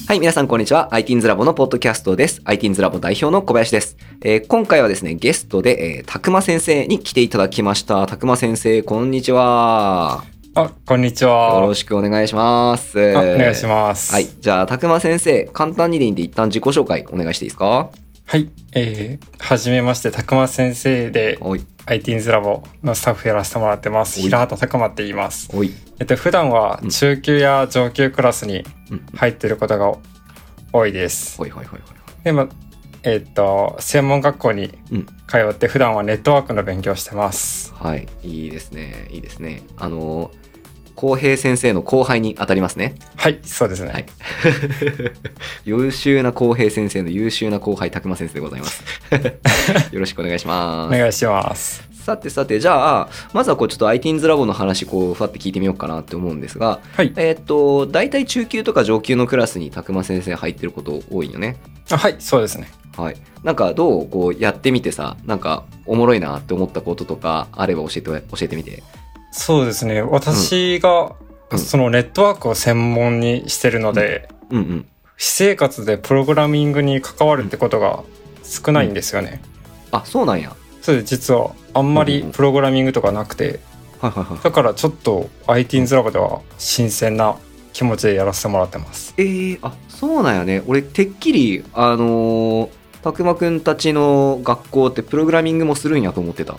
はい、皆さんこんにちは。ITINS ラボのポッドキャストです。ITINS ラボ代表の小林です。今回はですね、ゲストで、たくま先生に来ていただきました。たくま先生、こんにちは。 こんにちは。 よろしくお願いします。 お願いします。 はい、じゃあ、たくま先生、簡単にでいいんで一旦自己紹介お願いしていいですか？ はい、はじめまして、たくま先生で、 はい。 ITINS ラボのスタッフやらせてもらってます。平畑たくまって言います。 はい。 普段は中級や上級クラスに入っていることが多いです。 はいはいはいはい。 でも、専門学校に通って普段はネットワークの勉強をしてます。 はい、いいですね、いいですね。浩平先生の後輩に当たりますね。 はい、そうですね。 はい、優秀な浩平先生の優秀な後輩、たくま先生でございます。よろしくお願いします。 お願いします。 さて、じゃあ、まずはちょっと ITINS ラボの話、ふわって聞いてみようかなって思うんですが、 はい。 大体中級とか上級のクラスにたくま先生入ってること多いよね。 はい、そうですね。 はい。なんかどうやってみてさ、なんかおもろいなって思ったこととかあれば教えてみて。 そうですね。私が、そのネットワークを専門にしてるので、私生活でプログラミングに関わるってことが少ないんですよね。 あ、そうなんや。 それで実はあんまりプログラミングとかなくて、だからちょっと ITINS ラボでは新鮮な気持ちでやらせてもらってます。 あ、そうなんやね。俺てっきりたくまくんたちの学校ってプログラミングもするんやと思ってた。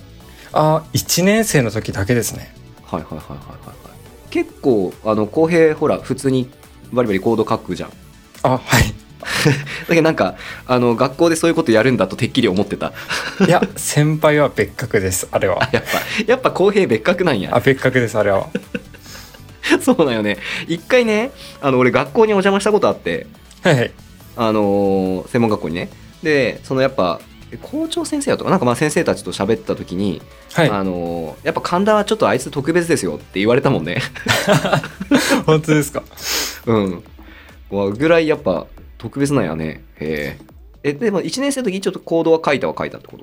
1年生の時だけですね。 はい。結構浩平ほら普通にバリバリコード書くじゃん。 はい。 だけどなんか学校でそういうことやるんだとてっきり思ってた。 いや、先輩は別格です、あれは。 やっぱ浩平別格なんや。 別格です、あれは。 そうなんよね。一回ね、俺学校にお邪魔したことあって、 はい。 専門学校にね。で、やっぱ校長先生やとかなんかまあ先生たちと喋った時に、 はい、 やっぱ神田はちょっとあいつ特別ですよって言われたもんね。 本当ですか？ ぐらいやっぱ特別なんやね。でも1年生の時ちょっとコードは書いたってこと？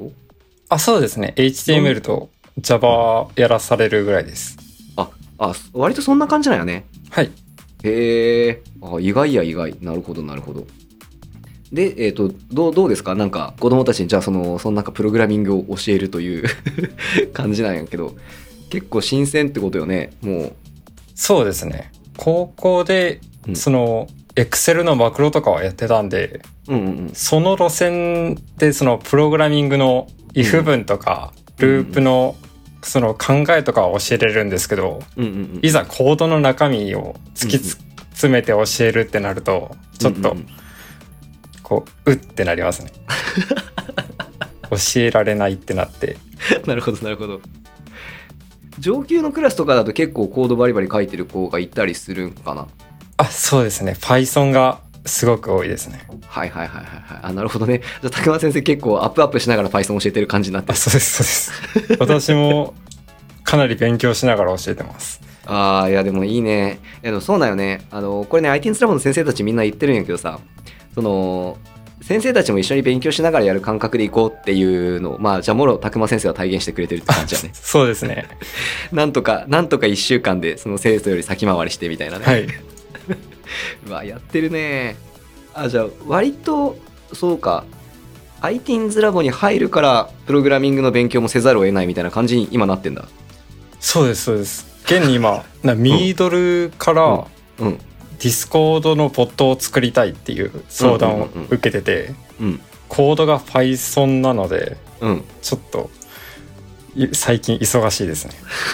そうですね。HTML と Java やらされるぐらいです。 割とそんな感じなんやね。 はい。 意外や意外。なるほど。で、どうですか？なんか子供たちにじゃあそのなんかプログラミングを教えるという感じなんやけど、結構新鮮ってことよね。もうそうですね。高校でExcel のマクロとかはやってたんで、その路線でプログラミングの if 文とかループの考えとかは教えれるんですけど、いざコードの中身を突き詰めて教えるってなるとちょっとうってなりますね。教えられないってなって。 なるほど。上級のクラスとかだと結構コードバリバリ書いてる子がいたりするんかな？ そうですね。Python がすごく多いですね。 はい。なるほどね。じゃあ竹間先生結構アップしながら Python 教えてる感じになってる。 そうです。私もかなり勉強しながら教えてます。 いやでもいいね。でもそうだよね。これね ITINS ラボの先生たちみんな言ってるんやけどさ、先生たちも一緒に勉強しながらやる感覚でいこうっていうのをじゃあもろたくま先生は体現してくれてるって感じだね。 そうですね。 なんとか1週間でその生徒より先回りしてみたいなね。 はい。 うわやってるね。じゃあ割とそうか ITINS ラボに入るからプログラミングの勉強もせざるを得ないみたいな感じに今なってんだ。 そうです。現に今ミードルからディスコードのボットを作りたいっていう相談を受けてて、コードが Python なので、ちょっと最近忙しいですね。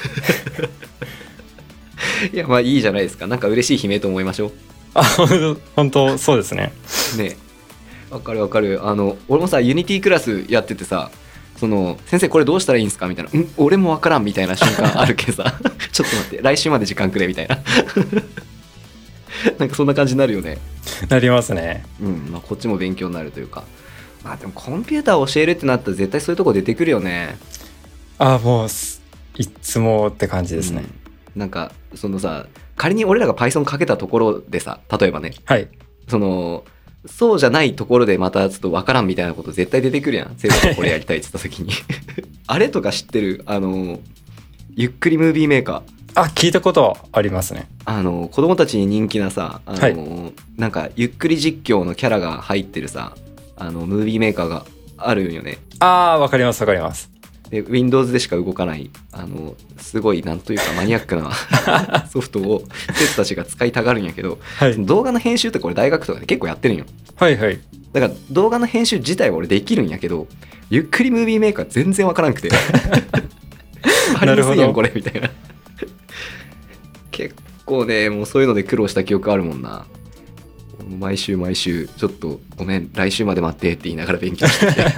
いやいいじゃないですか。なんか嬉しい悲鳴と思いましょう。 本当そうですね。 ね、わかる。俺もさユニティクラスやっててさ、先生これどうしたらいいんですかみたいな、俺もわからんみたいな瞬間あるけどさちょっと待って来週まで時間くれみたいななんかそんな感じになるよね。 なりますね。 こっちも勉強になるというか。でもコンピューターを教えるってなったら絶対そういうとこ出てくるよね。 もういつもって感じですね。 なんかさ仮に俺らが Python かけたところでさ、例えばね、 はい、 そうじゃないところでまたちょっとわからんみたいなこと絶対出てくるやん。生徒がこれやりたいって言った時にあれとか知ってる？ゆっくりムービーメーカあ、聞いたことはありますね。 子供たちに人気なさ、 はい、 なんかゆっくり実況のキャラが入ってるさ、ムービーメーカーがあるよね。 ああ、わかりますわかります。 で Windows でしか動かないすごいなんというかマニアックなソフトを生徒たちが使いたがるんやけど、 はい、 その動画の編集ってこれ大学とかで結構やってるんよ。 はいはい。 だから動画の編集自体は俺できるんやけど、ゆっくりムービーメーカー全然わからんくてあれむずいやんこれみたいな結構ね、もうそういうので苦労した記憶あるもんな。毎週ちょっとごめん来週まで待ってって言いながら勉強してて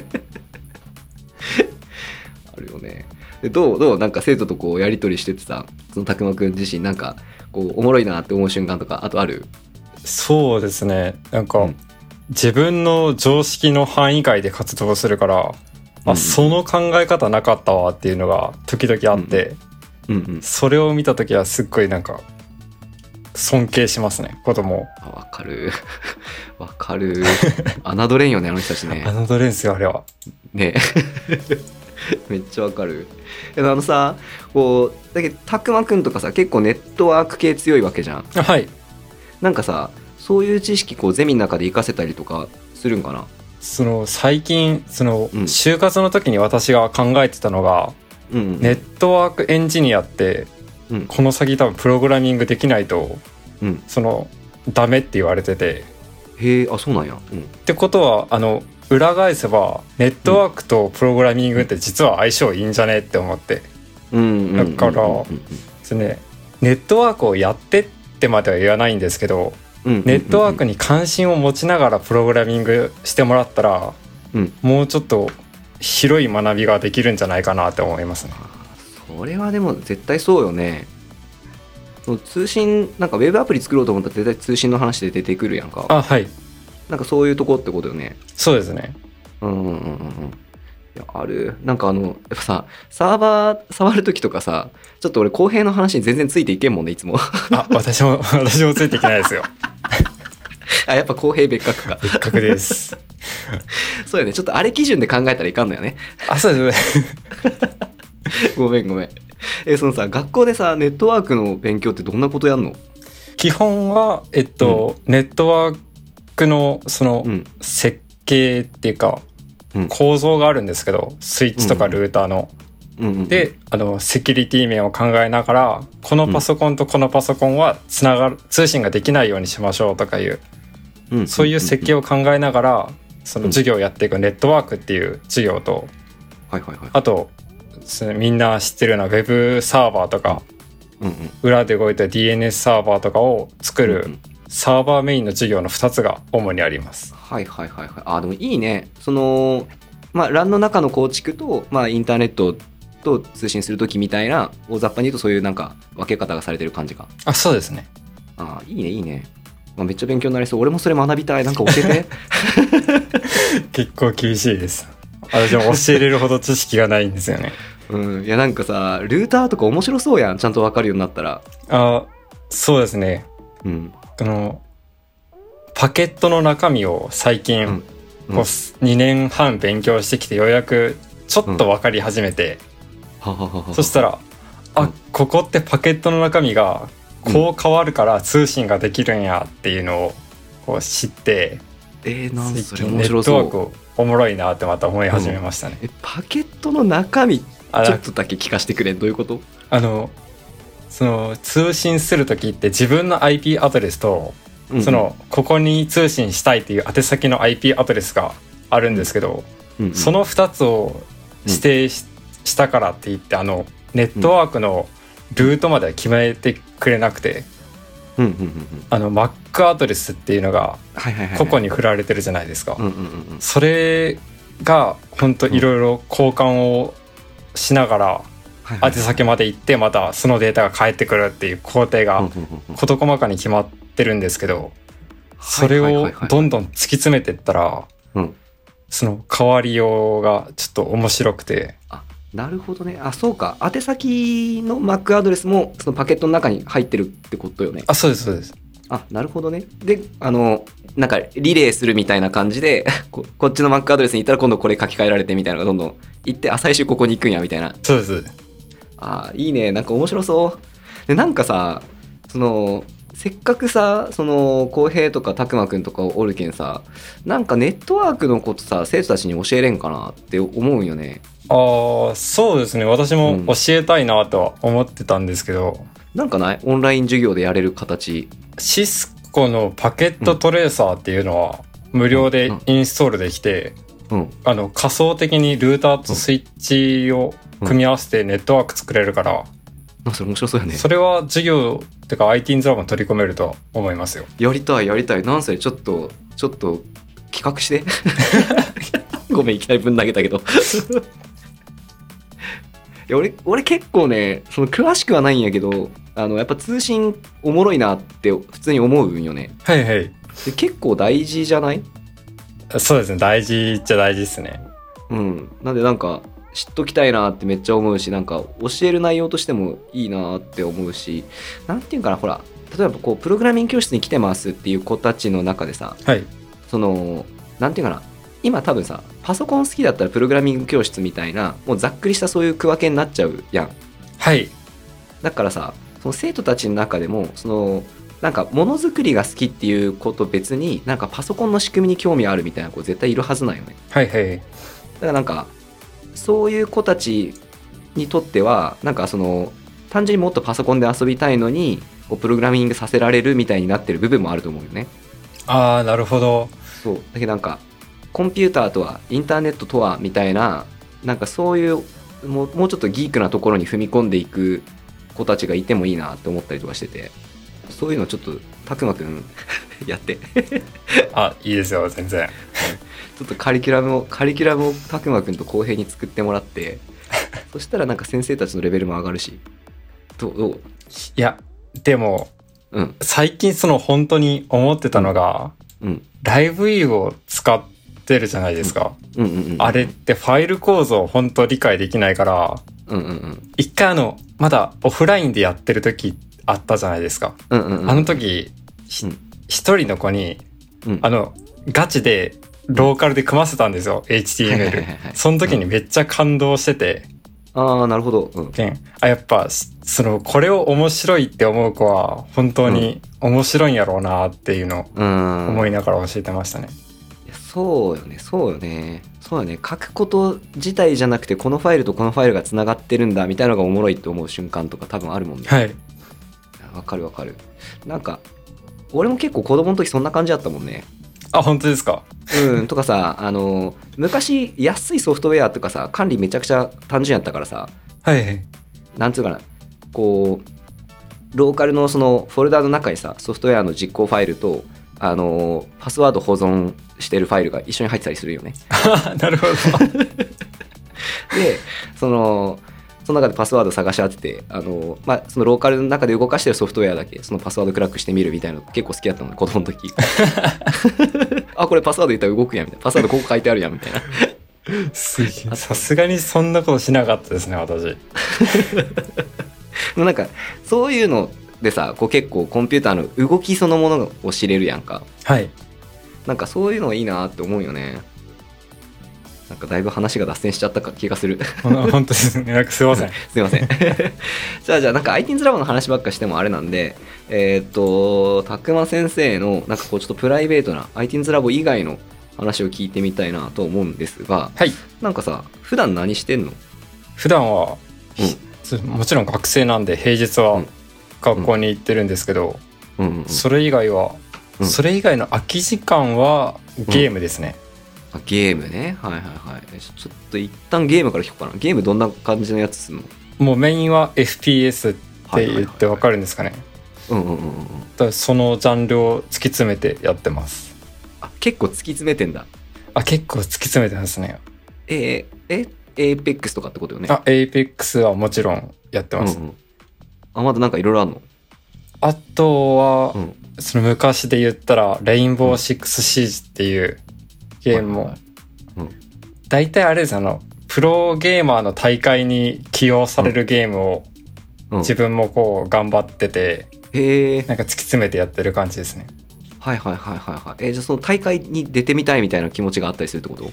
あるよね。でどうなんか生徒とこうやり取りしててさ、そのたくまくん自身なんかこうおもろいなって思う瞬間とかあとある？ そうですね、なんか、自分の常識の範囲外で活動するから、その考え方なかったわっていうのが時々あって、それを見た時はすっごいなんか尊敬しますね、子供を。 わかるわかる侮れんよねあの人たちね。 侮れんすよあれはねめっちゃわかる。さこうだけどたくまくんとかさ結構ネットワーク系強いわけじゃん。 はい。 なんかさそういう知識こうゼミの中で活かせたりとかするんかな？ 最近就活の時に私が考えてたのが、ネットワークエンジニアって、この先多分プログラミングできないと、ダメって言われてて。 へえ、あ、そうなんや。 ってことは裏返せばネットワークとプログラミングって実は相性いいんじゃねって思って、だからネットワークをやってってまでは言わないんですけど、ネットワークに関心を持ちながらプログラミングしてもらったら、もうちょっと広い学びができるんじゃないかなって思いますね。 それはでも絶対そうよね。通信なんかウェブアプリ作ろうと思ったら絶対通信の話で出てくるやんか。 あ、はい。 なんかそういうとこってことよね。 そうですね。 いやある。なんかやっぱさサーバー触るときとかさ、ちょっと俺公平の話に全然ついていけんもんねいつもあ、私もついていけないですよあ、やっぱ公平別格か。 別格ですそうよね、ちょっとあれ基準で考えたらいかんのよね。 あ、そうですねごめんそのさ学校でさネットワークの勉強ってどんなことやんの？ 基本はネットワークの設計っていうか、構造があるんですけど、スイッチとかルーターの、でセキュリティ面を考えながら、このパソコンとこのパソコンは通信ができないようにしましょうとかいう、そういう設計を考えながらその授業をやっていくネットワークっていう授業と、あとみんな知ってるようなウェブサーバーとか、裏で動いた DNS サーバーとかを作るサーバーメインの授業の2つが主にあります。 あ、でもいいね。LAN の中の構築と、インターネットと通信するときみたいな、大雑把に言うとそういうなんか分け方がされてる感じか。 あ、そうですね。 あ、いいね。めっちゃ勉強になりそう。俺もそれ学びたい。なんか教えて結構厳しいです。私も教えれるほど知識がないんですよねいやなんかさルーターとか面白そうやん、ちゃんと分かるようになったら。 あ、そうですね。パケットの中身を最近、2年半勉強してきてようやくちょっと分かり始めて、そしたらここってパケットの中身がこう変わるから通信ができるんやっていうのをこう知って、 なんそれ面白そう。ネットワークおもろいなってまた思い始めましたね。 パケットの中身ちょっとだけ聞かせてくれ。どういうこと？ 通信するときって自分の IP アドレスと、ここに通信したいっていう宛先の IP アドレスがあるんですけど、その2つを指定したからって言ってネットワークのルートまでは決めてくれなくて、Mac アドレスっていうのが個々に振られてるじゃないですか。それが本当いろいろ交換をしながら宛先まで行って、またそのデータが返ってくるっていう工程が事細かに決まってるんですけど、それをどんどん突き詰めていったら、その変わりようがちょっと面白くて。 なるほどね。あ、そうか。宛先の Mac アドレスもそのパケットの中に入ってるってことよね。 あ、そうですそうです。 あ、なるほどね。で、なんかリレーするみたいな感じでこっちの Mac アドレスに行ったら今度これ書き換えられてみたいなのがどんどん行って、最終ここに行くんやみたいな。 そうです。 あいいね、なんか面白そうで、なんかさ、そのせっかくさ、その浩平とか拓磨くんとかおるけんさ、なんかネットワークのことさ生徒たちに教えれんかなって思うんよね。 ああ、そうですね。私も教えたいなとは思ってたんですけど、 なんかないオンライン授業でやれる形。 シスコのパケットトレーサーっていうのは無料でインストールできて、仮想的にルーターとスイッチを組み合わせてネットワーク作れるから、 それ面白そうやね。 それは授業ってか IT インズラボに取り込めると思いますよ。 やりたいやりたい。なんそれ、ちょっと企画してごめん、いきなりぶん投げたけどいや俺結構ね、その詳しくはないんやけど、やっぱ通信おもろいなって普通に思うんよね。 はいはい。 で結構大事じゃない？ そうですね、大事っちゃ大事ですね。 なんでなんか知っときたいなってめっちゃ思うし、なんか教える内容としてもいいなって思うし、なんていうかな、ほら例えばこうプログラミング教室に来てますっていう子たちの中でさ、 はい、 そのなんていうかな、今多分さパソコン好きだったらプログラミング教室みたいな、もうざっくりしたそういう区分けになっちゃうやん。 はい。 だからさ、その生徒たちの中でもそのなんかものづくりが好きっていうこと別に、なんかパソコンの仕組みに興味あるみたいな子絶対いるはずなんよね。 はいはい。 だからなんかそういう子たちにとっては、なんかその単純にもっとパソコンで遊びたいのにこうプログラミングさせられるみたいになってる部分もあると思うよね。 ああ、なるほど。 そうだけどなんかコンピューターとはインターネットとはみたいな、なんかそういうもうちょっとギークなところに踏み込んでいく子たちがいてもいいなって思ったりとかしてて、そういうのちょっと拓磨くんやってあ、いいですよ、全然ちょっとカリキュラムを拓磨くんと浩平に作ってもらってそしたらなんか先生たちのレベルも上がるし。どう？ いやでも、最近その本当に思ってたのが、ライブ E を使ってるじゃないですか。あれってファイル構造を本当理解できないから、一回まだオフラインでやってる時あったじゃないですか。あの時、一人の子に、ガチでローカルで組ませたんですよ、HTML。その時にめっちゃ感動してて。 ああ、なるほど。 やっぱこれを面白いって思う子は本当に面白いんやろうなっていうのを思いながら教えてましたね。 そうよね。そうよね。書くこと自体じゃなくて、このファイルとこのファイルがつながってるんだみたいなのがおもろいって思う瞬間とか多分あるもんね。 はい。 わかる。なんか俺も結構子供の時そんな感じだったもんね。 あ、本当ですか？ とかさ、昔安いソフトウェアとかさ、管理めちゃくちゃ単純やったからさ、なんつうかな、こうローカルのそのフォルダの中にさ、ソフトウェアの実行ファイルとパスワード保存してるファイルが一緒に入ってたりするよね。 なるほど。 でその中でパスワード探し当てて、そのローカルの中で動かしてるソフトウェアだけそのパスワードクラックしてみるみたいなの結構好きだったの、子供の時。あ、これパスワード言ったら動くやんみたいな、パスワードここ書いてあるやんみたいな。 さすがにそんなことしなかったですね、私。 なんかそういうのでさ、こう結構コンピューターの動きそのものを知れるやんか。 はい。 なんかそういうのいいなって思うよね。なんかだいぶ話が脱線しちゃった気がする。 本当ですね。なんかすいません。 すいません。じゃあなんか IT インズラボの話ばっかしてもあれなんで、拓磨先生のなんかこうちょっとプライベートな IT インズラボ以外の話を聞いてみたいなと思うんですが、 はい。 なんかさ、普段何してんの？ 普段は、もちろん学生なんで平日は学校に行ってるんですけど、それ以外は、それ以外の空き時間はゲームですね。 ゲームね。はい。ちょっと一旦ゲームから聞こうかな。ゲームどんな感じのやつするの？ もうメインは FPS って言ってわかるんですかね。そのジャンルを突き詰めてやってます。 あ、結構突き詰めてんだ。 あ、結構突き詰めてますね。 APEX とかってことよね。 あ、APEX はもちろんやってます。 あ、まだなんかいろいろあるの？あとは、その昔で言ったらレインボーシックスシージっていうゲームも、大体あれです、プロゲーマーの大会に起用されるゲームを自分もこう頑張ってて、なんか突き詰めてやってる感じですね。 はい。じゃあその大会に出てみたいみたいな気持ちがあったりするってこと？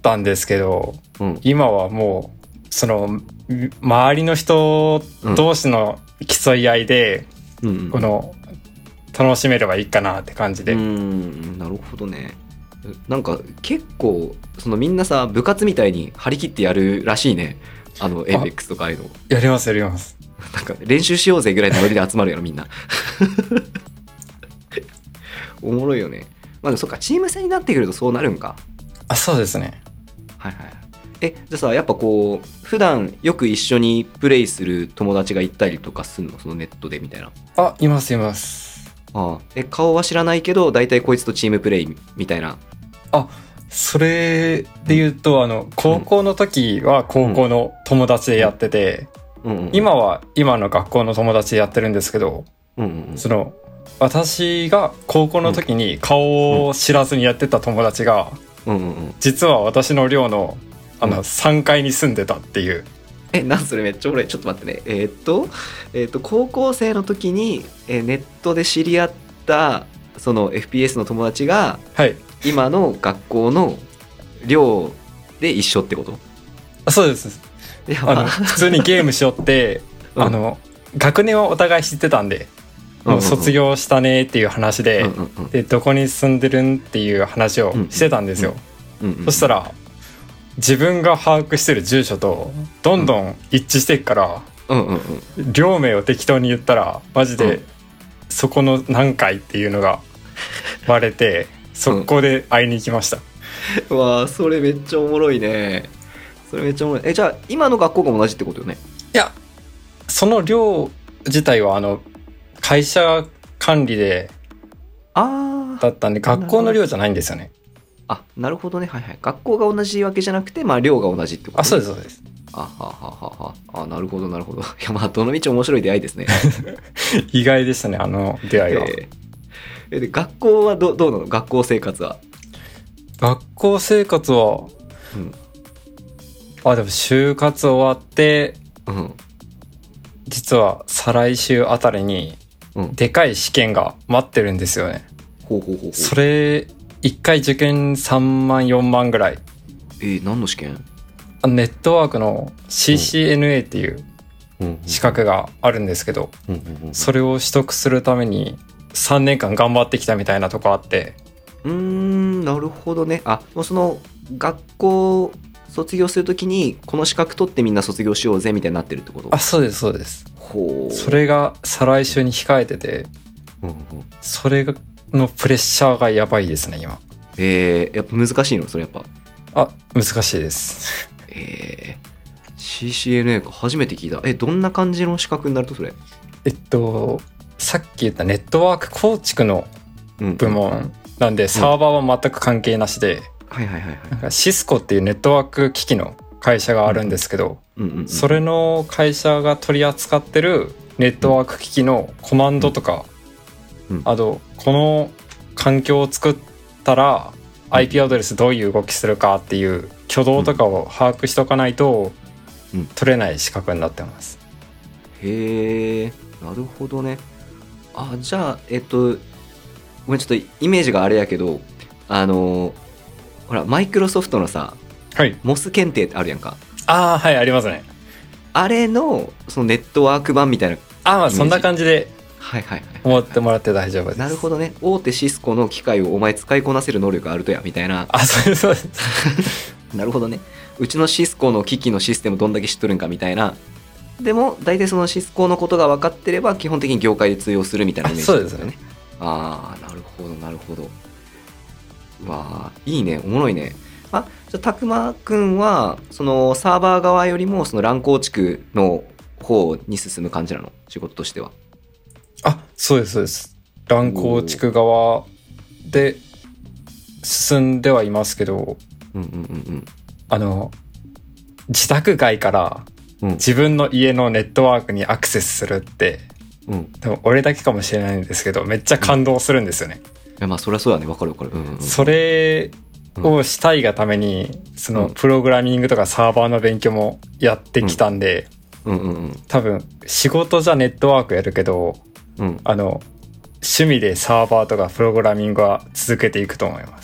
昔はあったんですけど、今はもうその周りの人同士の競い合いで、この楽しめればいいかなって感じで。 なるほどね。なんか結構そのみんなさ部活みたいに張り切ってやるらしいね。エーペックスとかああいうのやりますなんか練習しようぜぐらいのノリで集まるやろみんなおもろいよね。まあでもそっか、チーム戦になってくるとそうなるんか。 そうですね。 はいはい。じゃあさ、やっぱこう普段よく一緒にプレイする友達がいたりとかするの、そのネットでみたいな。 います顔は知らないけど大体こいつとチームプレイみたいな。 それで言うと高校の時は高校の友達でやってて、今は今の学校の友達でやってるんですけど、その私が高校の時に顔を知らずにやってた友達が、実は私の寮の3階に住んでたっていう。 なんそれめっちゃおもろい。ちょっと待ってね。高校生の時に、ネットで知り合ったその FPS の友達が、今の学校の寮で一緒ってこと？ そうです。普通にゲームしよって、学年はお互い知ってたんで、もう卒業したねっていう話で、でどこに住んでるんっていう話をしてたんですよ。そしたら自分が把握してる住所とどんどん一致していくから、寮名を適当に言ったらマジでそこの何階っていうのがバレて、速攻で会いに行きました。 わあ、それめっちゃおもろいね。それめっちゃおもろい。じゃあ今の学校が同じってことよね？ いや、その寮自体は会社管理でだったんで、学校の寮じゃないんですよね。 なるほどね。はいはい。学校が同じわけじゃなくて、寮が同じってこと、ね。 そうですそうです。 なるほどなるほど。いや、どの道面白い出会いですね。 意外でしたね、出会いは。 で学校はどうなの？学校生活は。 学校生活は、でも就活終わって、実は再来週あたりにでかい試験が待ってるんですよね。それ1回受験3万4万ぐらい。 何の試験？ ネットワークの CCNA っていう資格があるんですけど、それを取得するために3年間頑張ってきたみたいなとこあって。 なるほどね。もうその学校卒業するときにこの資格取ってみんな卒業しようぜみたいになってるってこと？ そうですそうです。それが再来週に控えてて、それのプレッシャーがやばいですね今。 やっぱ難しいの？それやっぱ。 難しいです。 CCNA か、初めて聞いた。どんな感じの資格になるとそれ？ さっき言ったネットワーク構築の部門なんで、サーバーは全く関係なしで、なんかシスコっていうネットワーク機器の会社があるんですけど、それの会社が取り扱ってるネットワーク機器のコマンドとか、あとこの環境を作ったら IP アドレスどういう動きするかっていう挙動とかを把握しとかないと取れない資格になってます。 へえ、なるほどね。じゃあごめん、ちょっとイメージがあれやけど、ほらマイクロソフトのさ、モス検定ってあるやんか。 ありますね。 あれのそのネットワーク版みたいな。 そんな感じで思ってもらって大丈夫です。 なるほどね。大手シスコの機械をお前使いこなせる能力があるとやみたいな。 そうですなるほどね。うちのシスコの機器のシステムどんだけ知っとるんかみたいな。でも大体そのシスコのことが分かってれば基本的に業界で通用するみたいなイメージですよね。なるほどなるほど。いいね、おもろいね。じゃあたくまくんはそのサーバー側よりもそのLAN構築の方に進む感じなの？仕事としては。 そうですそうです。LAN構築側で進んではいますけど、自宅外から自分の家のネットワークにアクセスするって、でも俺だけかもしれないんですけど、めっちゃ感動するんですよね。 そりゃそうだね。わかるわかる。 それをしたいがためにそのプログラミングとかサーバーの勉強もやってきたんで、多分仕事じゃネットワークやるけど、趣味でサーバーとかプログラミングは続けていくと思います。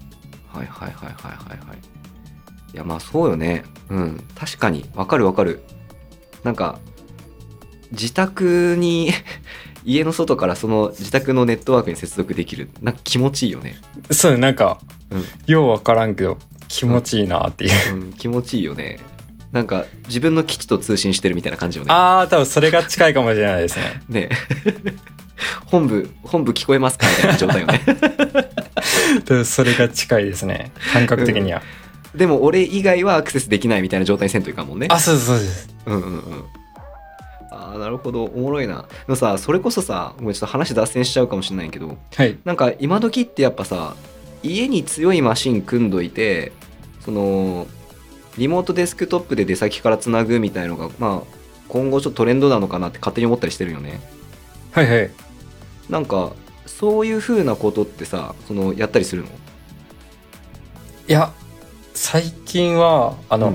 なるほどね。 いやまあそうよね。うん確かにわかるわかる。なんか自宅に家の外からその自宅のネットワークに接続できる、なんか気持ちいいよね。 そうなんか、 うん、 ようわからんけど気持ちいいなっていう、 気持ちいいよね。なんか自分の基地と通信してるみたいな感じよね。 ああ多分それが近いかもしれないですね。 ね本部聞こえますかみたいな状態よね。 多分それが近いですね感覚的には、 でも俺以外はアクセスできないみたいな状態にせんといかんもんね。 あそうですそうです。 あなるほど、おもろいな。でもさそれこそさ、もうちょっと話脱線しちゃうかもしれないけど、 はい、 なんか今時ってやっぱさ家に強いマシン組んどいて、そのリモートデスクトップで出先からつなぐみたいのがまあ今後ちょっとトレンドなのかなって勝手に思ったりしてるよね。 はいはい。 なんかそういう風なことってさ、そのやったりするの？ いや最近は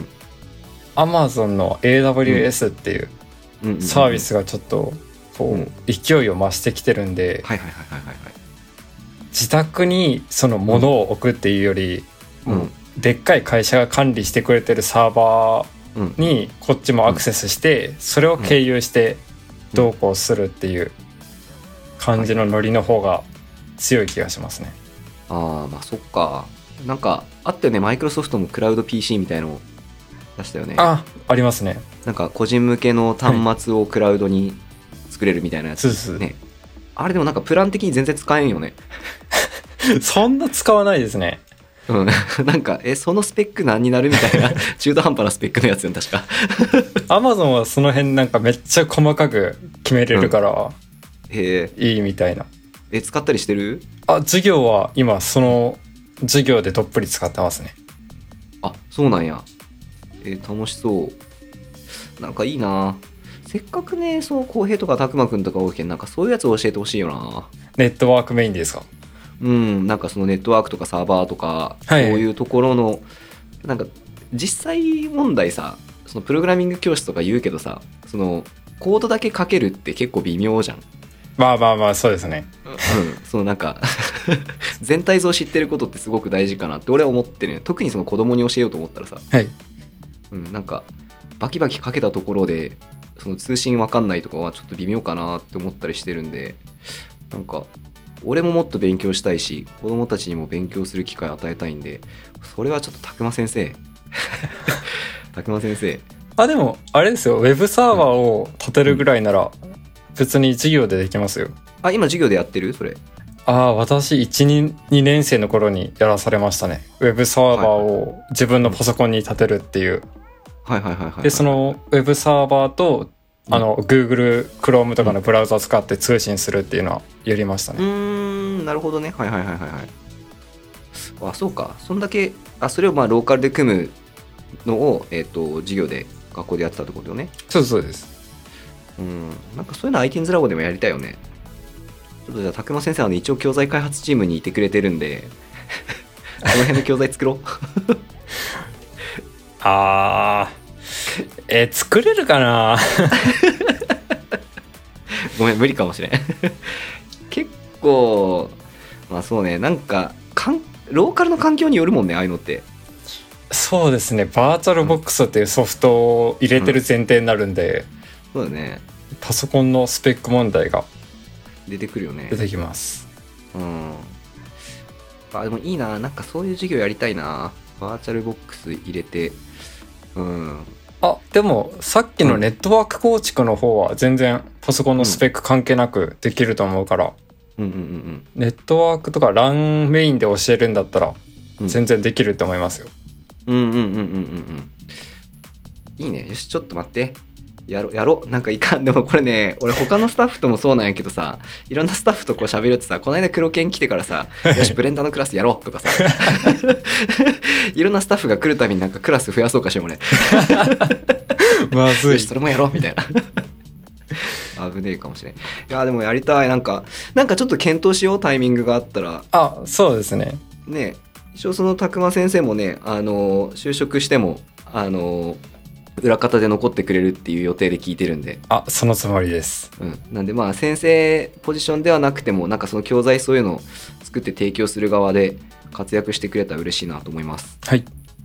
Amazon の AWS っていうサービスがちょっとこう勢いを増してきてるんで、自宅にその物を置くっていうより、もうでっかい会社が管理してくれてるサーバーにこっちもアクセスしてそれを経由してどうこうするっていう感じのノリの方が強い気がしますね。 ああまあそっか。なんかあったよね、マイクロソフトもクラウド PC みたいのを出したよね。 ありますね。 なんか個人向けの端末をクラウドに作れるみたいなやつ、ね。あれでもなんかプラン的に全然使えんよね。 そんな使わないですね。 うん、なんかそのスペック何になるみたいな中途半端なスペックのやつよ確か。 Amazon はその辺なんかめっちゃ細かく決めれるから、いいみたいな。 使ったりしてる？ 授業は今その授業でどっぷり使ってますね。 あそうなんや。楽しそう。なんかいいな。せっかくねその浩平とか拓磨くんとか多いけん、なんかそういうやつ教えてほしいよな。 ネットワークメインですか？ なんかそのネットワークとかサーバーとか、そういうところのなんか実際問題さ、そのプログラミング教室とか言うけどさ、そのコードだけ書けるって結構微妙じゃん。 まあそうですね。 そのなんか全体像を知ってることってすごく大事かなって俺は思ってる。特にその子供に教えようと思ったらさ、なんかバキバキ書けたところでその通信わかんないとかはちょっと微妙かなって思ったりしてるんで、なんか俺ももっと勉強したいし子供たちにも勉強する機会を与えたいんで、それはちょっと拓磨先生拓磨先生。 でもあれですよ、ウェブサーバーを立てるぐらいなら別に授業でできますよ。 今授業でやってるそれ？ 私 1,2 年生の頃にやらされましたね。ウェブサーバーを自分のパソコンに立てるっていう。でそのウェブサーバーとGoogle Chrome とかのブラウザを使って通信するっていうのはやりましたね。 なるほどね。そうか。そんだけそれをローカルで組むのを授業で学校でやってたってことよね。 そうです。 なんかそういうの IT's ラボでもやりたいよね。ちょっとじゃあ拓磨先生一応教材開発チームにいてくれてるんでこの辺の教材作ろう作れるかなごめん無理かもしれん結構そうね、なんかローカルの環境によるもんね、ああいうのって。 そうですね、バーチャルボックスっていうソフトを入れてる前提になるんで、 そうだね、 パソコンのスペック問題が出てくるよね。 出てきます。 でもいいな、なんかそういう授業やりたいな。バーチャルボックス入れて。 でもさっきのネットワーク構築の方は全然パソコンのスペック関係なくできると思うから、ネットワークとか LAN メインで教えるんだったら全然できると思いますよ。 いいね。よし、ちょっと待って。やろう。なんかいかん。でもこれね、俺他のスタッフともそうなんやけどさ、いろんなスタッフとこう喋るってさ、この間黒犬来てからさ、よし、ブレンダーのクラスやろうとかさ、いろんなスタッフが来るたびになんかクラス増やそうかしようね。 まずい。 よし、それもやろうみたいな。危ねえかもしれん。いや、でもやりたい。なんかちょっと検討しよう、タイミングがあったら。 そうですね。 ね、一応その拓磨先生もね、就職しても、裏方で残ってくれるっていう予定で聞いてるんで。 そのつもりです。 なんで先生ポジションではなくても、なんかその教材そういうのを作って提供する側で活躍してくれたら嬉しいなと思います。 はい。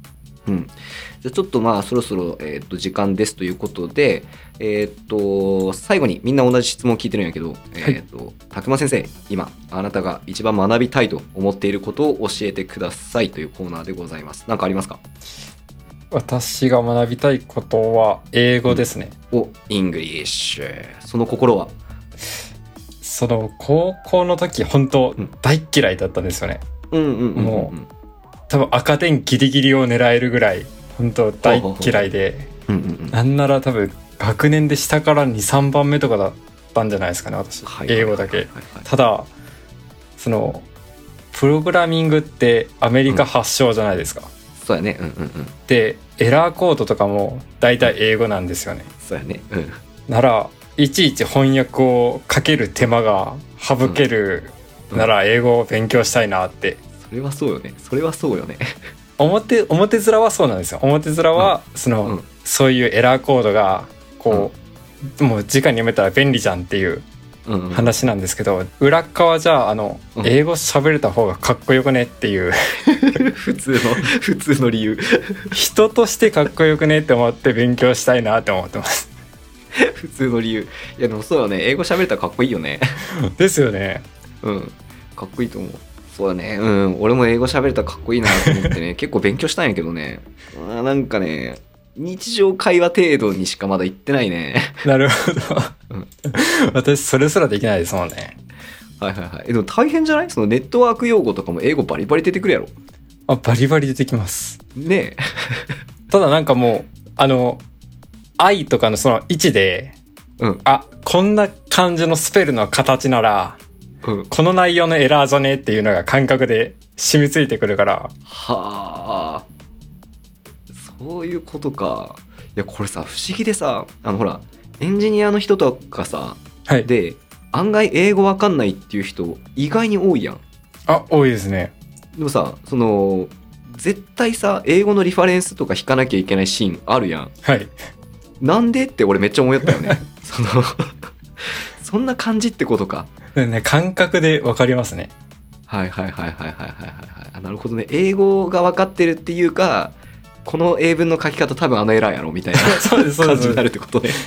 うん、じゃあちょっとまあそろそろ、時間ですということで、最後にみんな同じ質問を聞いてるんやけど、たくま先生、今あなたが一番学びたいと思っていることを教えてくださいというコーナーでございます。何かありますか？ 私が学びたいことは英語ですね。 イングリッシュ。その心は？ その高校の時本当大嫌いだったんですよね。もう多分赤点ギリギリを狙えるぐらい本当大嫌いで、なんなら多分学年で下から 2,3 番目とかだったんじゃないですかね、私。英語だけ。ただそのプログラミングってアメリカ発祥じゃないですか。 そうやね。 でエラーコードとかも大体英語なんですよね。 そうやね。 ならいちいち翻訳をかける手間が省けるなら英語を勉強したいなって。 それはそうよね。それはそうよね。 表面はそうなんですよ。表面はそういうエラーコードがこう、もう直に読めたら便利じゃんっていう話なんですけど、裏側じゃあ英語喋れた方がかっこよくねっていう普通の理由。 人としてかっこよくねって思って勉強したいなって思ってます。 普通の理由。いやでもそうよね。英語喋れたらかっこいいよね。 ですよね。 かっこいいと思う。そうだね。俺も英語喋れたらかっこいいなと思ってね結構勉強したんやけどね、なんかね日常会話程度にしかまだ行ってないね。 なるほど。私それすらできないですもんね。 でも大変じゃない？そのネットワーク用語とかも英語バリバリ出てくるやろ。 バリバリ出てきますね。 ただなんかもう愛とかのその位置で、こんな感じのスペルの形なら、この内容のエラーじゃねっていうのが感覚で染みついてくるから。 はあ、そういうことか。いやこれさ不思議でさ、ほらエンジニアの人とかさ、で案外英語わかんないっていう人意外に多いやん。 多いですね。 でもさ絶対さ英語のリファレンスとか引かなきゃいけないシーンあるやん。なんでって俺めっちゃ思ったよね。そんな感じってことか。 感覚で分かりますね。 なるほどね。英語が分かってるっていうか、この英文の書き方多分エラーやろみたいな感じになるってことね。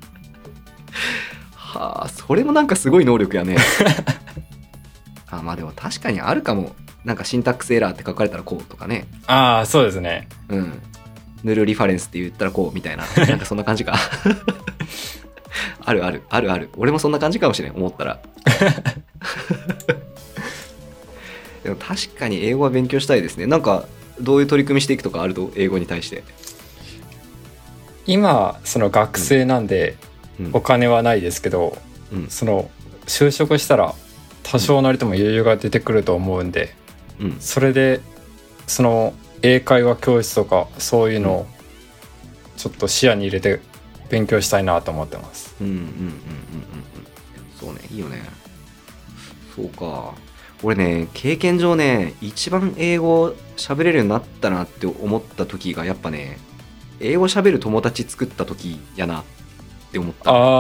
はあ、それもなんかすごい能力やね。まあでも確かにあるかも。なんかシンタックスエラーって書かれたらこうとかね。 そうですね。 ヌルリファレンスって言ったらこうみたいな、なんかそんな感じか。ある。俺もそんな感じかもしれん、思ったら。でも確かに英語は勉強したいですね。なんかどういう取り組みしていくとかあると、英語に対して。 今その学生なんでお金はないですけど、その就職したら多少なりとも余裕が出てくると思うんで、それでその英会話教室とかそういうのをちょっと視野に入れて勉強したいなと思ってます。 そうね、いいよね。そうか。俺ね、経験上ね、一番英語喋れるようになったなって思った時がやっぱね、英語喋る友達作った時やなって思った。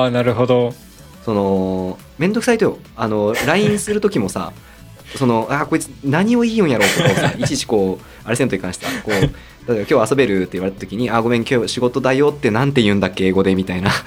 なるほど。 めんどくさいとよ。LINE する時もさ、こいつ何を言いよんやろうとかをさ、いちいちあれせんといかんしさ、例えば今日遊べるって言われた時に、ごめん今日仕事だよってなんて言うんだっけ英語でみたいな。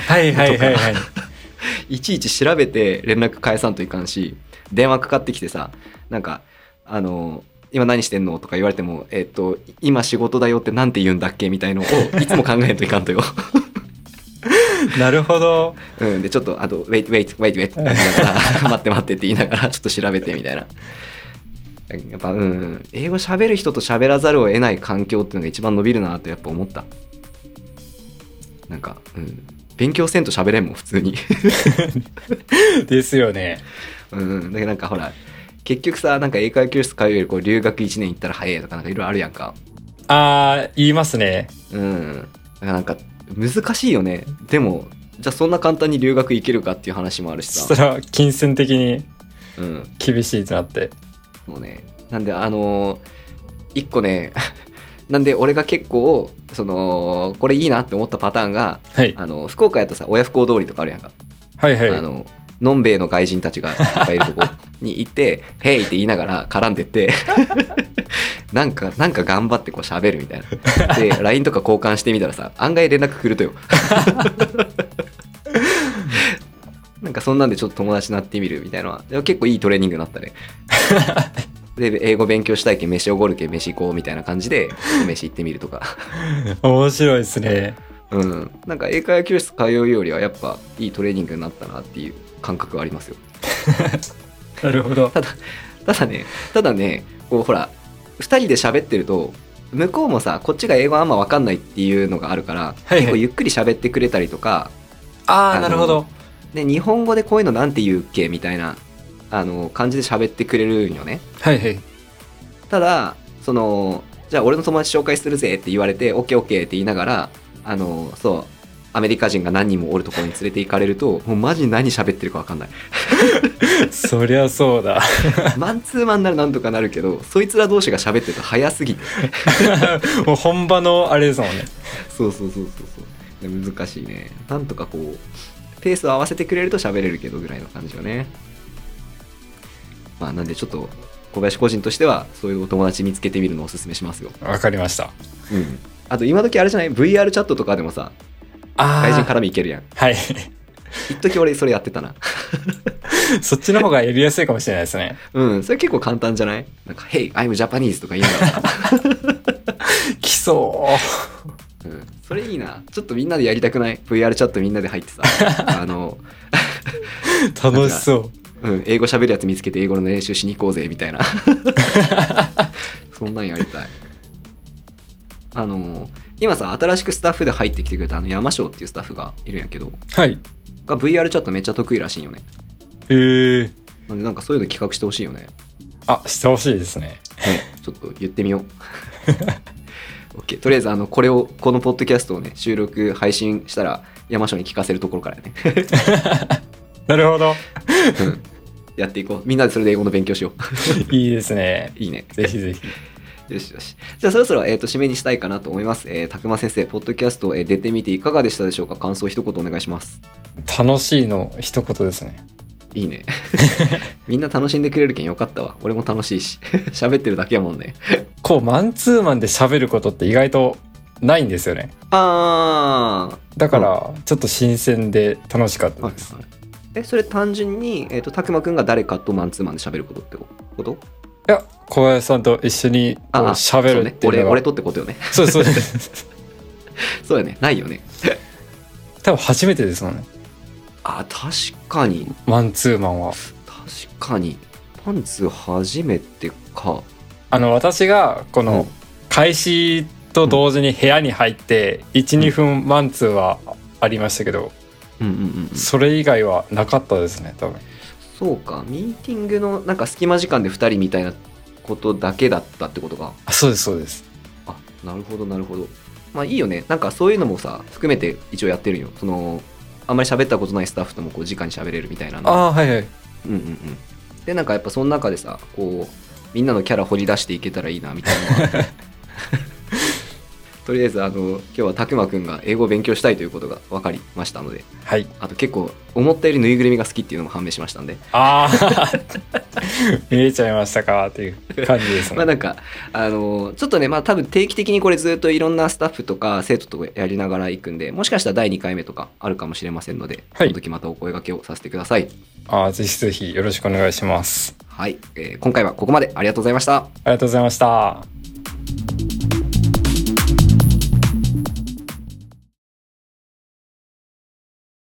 いちいち調べて連絡返さんといかんし、電話かかってきてさ、なんか今何してんのとか言われても、今仕事だよってなんて言うんだっけみたいのをいつも考えんといかんとよ。 なるほど。 でちょっとwait って言いながら待ってって言いながらちょっと調べてみたいな。やっぱ英語喋る人と喋らざるを得ない環境っていうのが一番伸びるなとやっぱ思った。なんか勉強せんと喋れんもん普通に。 ですよね。 だけどなんかほら結局さ、なんか英会話教室通うより留学1年行ったら早いとかなんかいろいろあるやんか。 言いますね。 だからなんか難しいよね。でもじゃあそんな簡単に留学行けるかっていう話もあるしさ。 そしたら金銭的に厳しいってなって。 もうね、なんで一個ね、なんで俺が結構これいいなって思ったパターンが、福岡やとさ親不孝通りとかあるやんか。のんべえの外人たちがいっぱいいるとこに行って「ヘイ!」って言いながら絡んでってなんか頑張ってこう喋るみたいな。で LINE とか交換してみたらさ、案外連絡来るとよ。なんかそんなんでちょっと友達になってみるみたいなのは、でも結構いいトレーニングになったね。で英語勉強したいけん飯おごるけん飯行こうみたいな感じで飯行ってみるとか。 面白いですね。 うん、なんか英会話教室通うよりはやっぱいいトレーニングになったなっていう感覚はありますよ。 なるほど。 ただねこうほら2人で喋ってると向こうもさこっちが英語あんま分かんないっていうのがあるから、はいはい、結構ゆっくり喋ってくれたりとか。 なるほど。 で日本語でこういうのなんて言うっけみたいな感じで喋ってくれるんよね。 はいはい。 ただじゃあ俺の友達紹介するぜって言われて OKOK って言いながらそうアメリカ人が何人もおるところに連れて行かれるともうマジ何喋ってるか分かんない。 そりゃそうだ。 マンツーマンならなんとかなるけどそいつら同士が喋ってると早すぎて。 もう本場のあれですもんね。 そう難しいね。なんとかこうペースを合わせてくれると喋れるけどぐらいの感じよね。まあなんでちょっと小林個人としてはそういうお友達見つけてみるのをおすすめしますよ。 わかりました。 うん。あと今時あれじゃない VR チャットとかでもさ外人絡みいけるやん。 はい。 一時俺それやってたな。 そっちの方がやりやすいかもしれないですね。 うん、それ結構簡単じゃない？なんか Hey, I'm Japanese とか言いながら。 来そう。 うん、それいいな。ちょっとみんなでやりたくない？ VR チャットみんなで入ってさ楽しそう。 うん、英語喋るやつ見つけて英語の練習しに行こうぜみたいな。そんなんやりたい。今さ新しくスタッフで入ってきてくれた山椒っていうスタッフがいるんやけど、 はい、 が VR チャットめっちゃ得意らしいよね。 へえ。 なんかそういうの企画してほしいよね。 してほしいですね。 ちょっと言ってみよう。OK。とりあえずこのポッドキャストをね収録配信したら山椒に聞かせるところからね。 なるほど。 やっていこう。みんなでそれで英語の勉強しよう。いいですね。 いいね。 ぜひぜひ。 よしよし。じゃあそろそろ、締めにしたいかなと思います。たくま先生、ポッドキャスト、出てみていかがでしたでしょうか？感想一言お願いします。 楽しいの一言ですね。 いいね。みんな楽しんでくれるけんよかったわ。俺も楽しいし。喋ってるだけやもんね。 こう、マンツーマンで喋ることって意外とないんですよね。だから、ちょっと新鮮で楽しかったです。 はいはい、それ単純に、たくまくんが誰かとマンツーマンで喋ることってこと？ いや、小林さんと一緒に喋るっていうのが、 ね、俺とってことよね。 そうです。 そうやね。ないよね。 多分初めてですもんね。 確かに。 マンツーマンは。 確かに。マンツー初めてか。 私がこの開始と同時に部屋に入って1、2分マンツーはありましたけど、それ以外はなかったですね、多分。 そうか、ミーティングのなんか隙間時間で2人みたいなことだけだったってことか。 そうですそうです。 なるほどなるほど。まあいいよね。なんかそういうのもさ含めて一応やってるよ。あんまり喋ったことないスタッフともこう直に喋れるみたいなの。 はいはい。 でなんかやっぱその中でさこうみんなのキャラ掘り出していけたらいいなみたいなのがとりあえず今日はたくまくんが英語を勉強したいということが分かりましたので、 はい、 あと結構思ったよりぬいぐるみが好きっていうのも判明しましたんで、 見えちゃいましたかっていう感じですね。 まあなんかちょっとねまあ多分定期的にこれずっといろんなスタッフとか生徒とやりながら行くんで、もしかしたら第2回目とかあるかもしれませんので、その時またお声掛けをさせてください。 ぜひぜひよろしくお願いします。 はい、今回はここまで。ありがとうございました。 ありがとうございました。